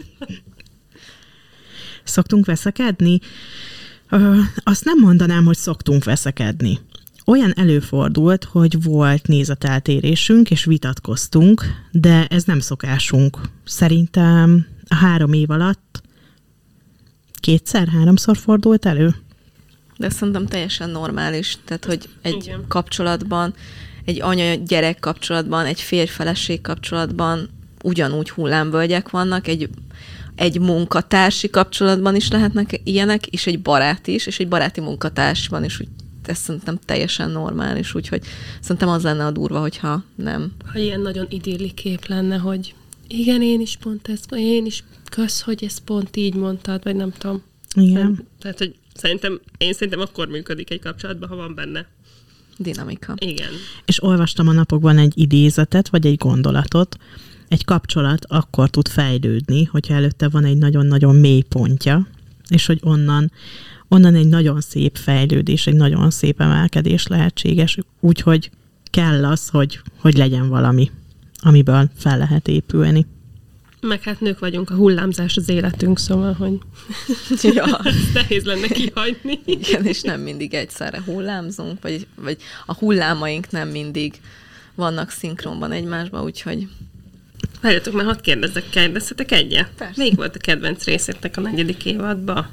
Szoktunk veszekedni? Ö, azt nem mondanám, hogy szoktunk veszekedni. Olyan előfordult, hogy volt nézeteltérésünk, és vitatkoztunk, de ez nem szokásunk. Szerintem a három év alatt kétszer, háromszor fordult elő. De szerintem teljesen normális. Tehát, hogy egy Igen. kapcsolatban, egy anya-gyerek kapcsolatban, egy férj-feleség kapcsolatban ugyanúgy hullámvölgyek vannak, egy, egy munkatársi kapcsolatban is lehetnek ilyenek, és egy baráti is, és egy baráti munkatársban is úgy ez szerintem teljesen normális, úgyhogy szerintem az lenne a durva, hogyha nem. Ha ilyen nagyon idilli kép lenne, hogy igen, én is pont ezt, én is kösz, hogy ezt pont így mondtad, vagy nem tudom. Igen. Szerint, tehát, hogy szerintem, én szerintem akkor működik egy kapcsolatban, ha van benne dinamika. Igen. És olvastam a napokban egy idézetet, vagy egy gondolatot. Egy kapcsolat akkor tud fejlődni, hogyha előtte van egy nagyon-nagyon mély pontja, és hogy onnan onnan egy nagyon szép fejlődés, egy nagyon szép emelkedés lehetséges, úgyhogy kell az, hogy, hogy legyen valami, amiből fel lehet épülni. Meg hát nők vagyunk, a hullámzás az életünk, szóval, hogy ja. nehéz lenne kihagyni. Igen, és nem mindig egyszerre hullámzunk, vagy, vagy a hullámaink nem mindig vannak szinkronban egymásba, úgyhogy... Várjatok, mert hadd kérdezzek, kérdezhetek egyet? Persze. Melyik volt a kedvenc részétek a negyedik évadban?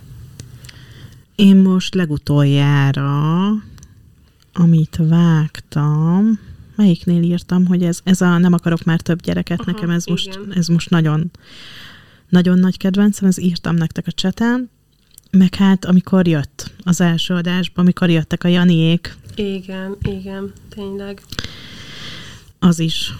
Én most legutoljára, amit vágtam, melyiknél írtam, hogy ez, ez a nem akarok már több gyereket, Aha, nekem ez most, igen. ez most nagyon, nagyon nagy kedvencem, ez írtam nektek a cseten, meg hát amikor jött az első adásban, amikor jöttek a Janiék. Igen, igen, tényleg. Az is.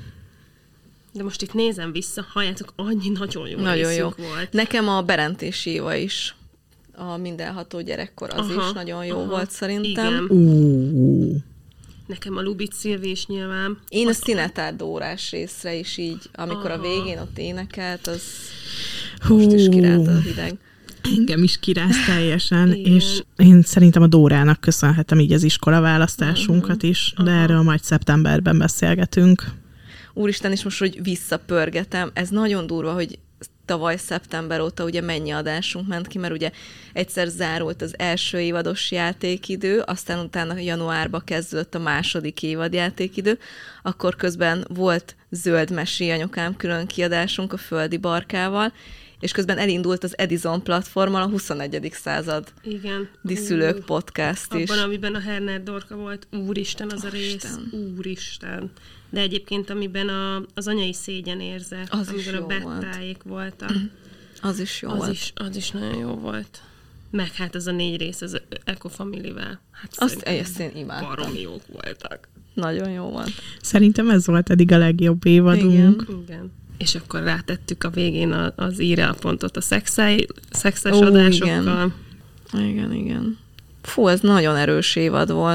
De most itt nézem vissza, halljátok, annyi nagyon jó Nagyon jó. volt. Nekem a Berentési Éva is, a mindenható gyerekkor az Aha, is nagyon jó aha, volt szerintem. igen. Uh. Nekem a Lubit Szilvi is nyilván. Én a Az- Színetár Dórás részre is így, amikor Aha. a végén ott énekelt, az Hú. most is királt a hideg. Engem is kiráz teljesen, Igen. és én szerintem a Dórának köszönhetem így az iskola választásunkat is, de Aha. erről majd szeptemberben beszélgetünk. Úristen, és most, hogy visszapörgetem, ez nagyon durva, hogy tavaly szeptember óta ugye mennyi adásunk ment ki, mert ugye egyszer zárult az első évados játékidő, aztán utána januárba kezdődött a második évad játékidő, akkor közben volt Zöld Mesi anyukám külön kiadásunk a Földi Barkával, és közben elindult az Edison platformon a huszonegyedik század Igen. Diszülők Ú, podcast is. Abban, amiben a Herner Dorka volt, úristen az a rész, Úristen. úristen. De egyébként, amiben a, az anyai szégyen érze, Az is amiben a jó volt. Bettáék voltak, Az is jó az volt. is, az is nagyon jó volt. Meg hát az a négy rész, az Eco Family-vel. Hát Azt, szerintem ezt én imádtam. baromi jók voltak. Nagyon jó volt. Szerintem ez volt eddig a legjobb évadunk. Igen. Igen. És akkor rátettük a végén a, az írelpontot a szexei, szexes Ó, adásokkal. igen. Igen, igen. Fú, ez nagyon erős évad volt.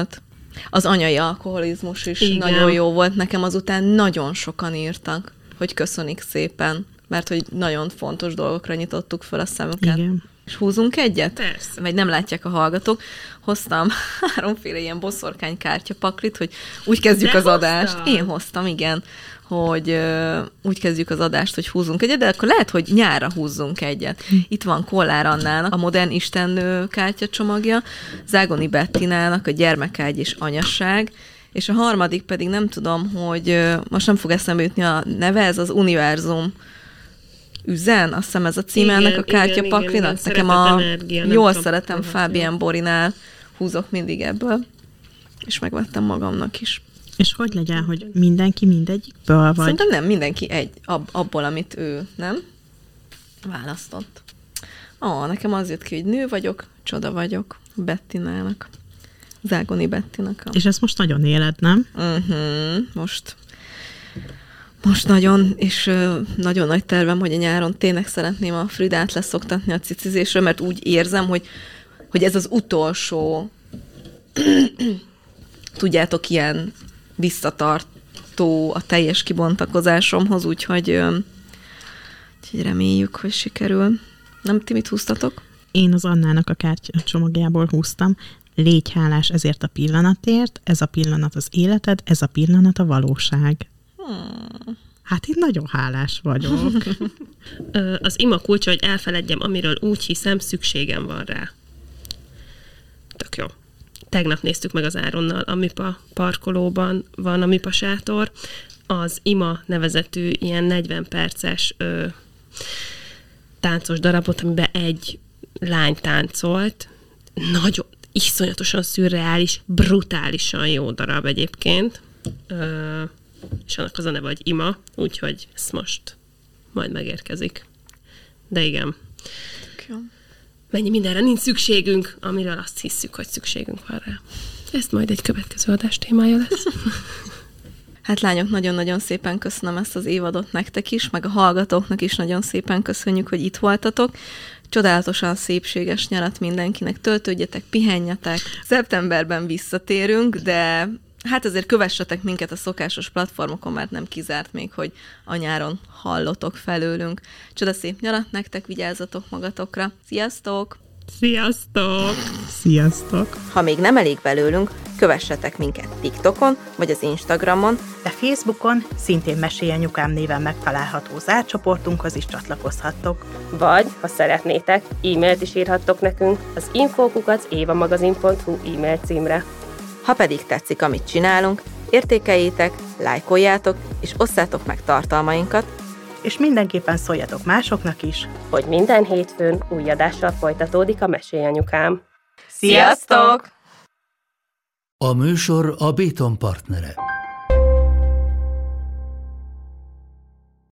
Az anyai alkoholizmus is Igen. nagyon jó volt. Nekem azután nagyon sokan írtak, hogy köszönik szépen, mert hogy nagyon fontos dolgokra nyitottuk fel a szemüket. Igen. És húzunk egyet? Persze. Vagy nem látják a hallgatók. Hoztam háromféle ilyen boszorkány kártyapaklit, hogy úgy kezdjük De az adást. hoztad? Én hoztam, igen. Hogy ö, úgy kezdjük az adást, hogy húzunk egyet, de akkor lehet, hogy nyárra húzzunk egyet. Itt van Kollár Annának a Modern Istennő kártyacsomagja, Zágoni Bettinának a Gyermekágy és Anyaság, és a harmadik pedig nem tudom, hogy ö, most nem fog eszembe jutni a neve, ez az Univerzum üzen, azt hiszem ez a címe Igen, ennek a kártyapaklinak. igen, igen, Nekem szeretett a energia, nem jól tudom, szeretem hogy Fábián Borinál, húzok mindig ebből, és megvettem magamnak is. És hogy legyen, hogy mindenki mindegyikből, vagy? Szerintem nem, mindenki egy, ab, abból, amit ő, nem? Választott. Ó, nekem az jött ki, hogy nő vagyok, csoda vagyok, Bettinának. Zágoni Bettinak. A... És ezt most nagyon éled, nem? Uh-huh, most, most nagyon, és uh, nagyon nagy tervem, hogy a nyáron tényleg szeretném a Fridát leszoktatni a cicizésről, mert úgy érzem, hogy, hogy ez az utolsó, tudjátok, ilyen visszatartó a teljes kibontakozásomhoz, úgyhogy, uh, úgyhogy reméljük, hogy sikerül. Nem, ti mit húztatok? Én az Annának a kártyacsomagjából húztam. Légy hálás ezért a pillanatért, ez a pillanat az életed, ez a pillanat a valóság. Hmm. Hát én nagyon hálás vagyok. Ö, az ima kulcsa, hogy elfeledjem, amiről úgy hiszem, szükségem van rá. Tök jó. Tegnap néztük meg az Áronnal, a Mipa parkolóban van a Mipa sátor. Az ima nevezetű ilyen negyven perces ö, táncos darabot, amiben egy lány táncolt. Nagyon, iszonyatosan szürreális, brutálisan jó darab egyébként. Ö, és annak az a neve, hogy Ima, úgyhogy ez most majd megérkezik. De igen. Jó. Mennyi mindenre nincs szükségünk, amiről azt hiszük, hogy szükségünk van rá. Ez majd egy következő adás témája lesz. Hát lányok, nagyon-nagyon szépen köszönöm ezt az évadot nektek is, meg a hallgatóknak is nagyon szépen köszönjük, hogy itt voltatok. Csodálatosan szépséges nyarat mindenkinek, töltődjetek, pihenjetek. Szeptemberben visszatérünk, de hát azért kövessetek minket a szokásos platformokon, mert nem kizárt még, hogy a nyáron hallotok felőlünk. Csodaszép nyarat nektek, vigyázzatok magatokra. Sziasztok! Sziasztok! Sziasztok! Ha még nem elég belőlünk, kövessetek minket TikTokon vagy az Instagramon, de Facebookon szintén Mesélj Anyukám néven megtalálható zárt csoportunkhoz is csatlakozhattok. Vagy, ha szeretnétek, e-mailt is írhattok nekünk az info kukac évamagazin pont hu e-mail címre. ha pedig tetszik, amit csinálunk, értékeljétek, lájkoljátok és osszátok meg tartalmainkat, És mindenképpen szóljatok másoknak is, hogy minden hétfőn új adással folytatódik a Mesélj Anyukám. Sziasztok! A műsor a Béton partnere.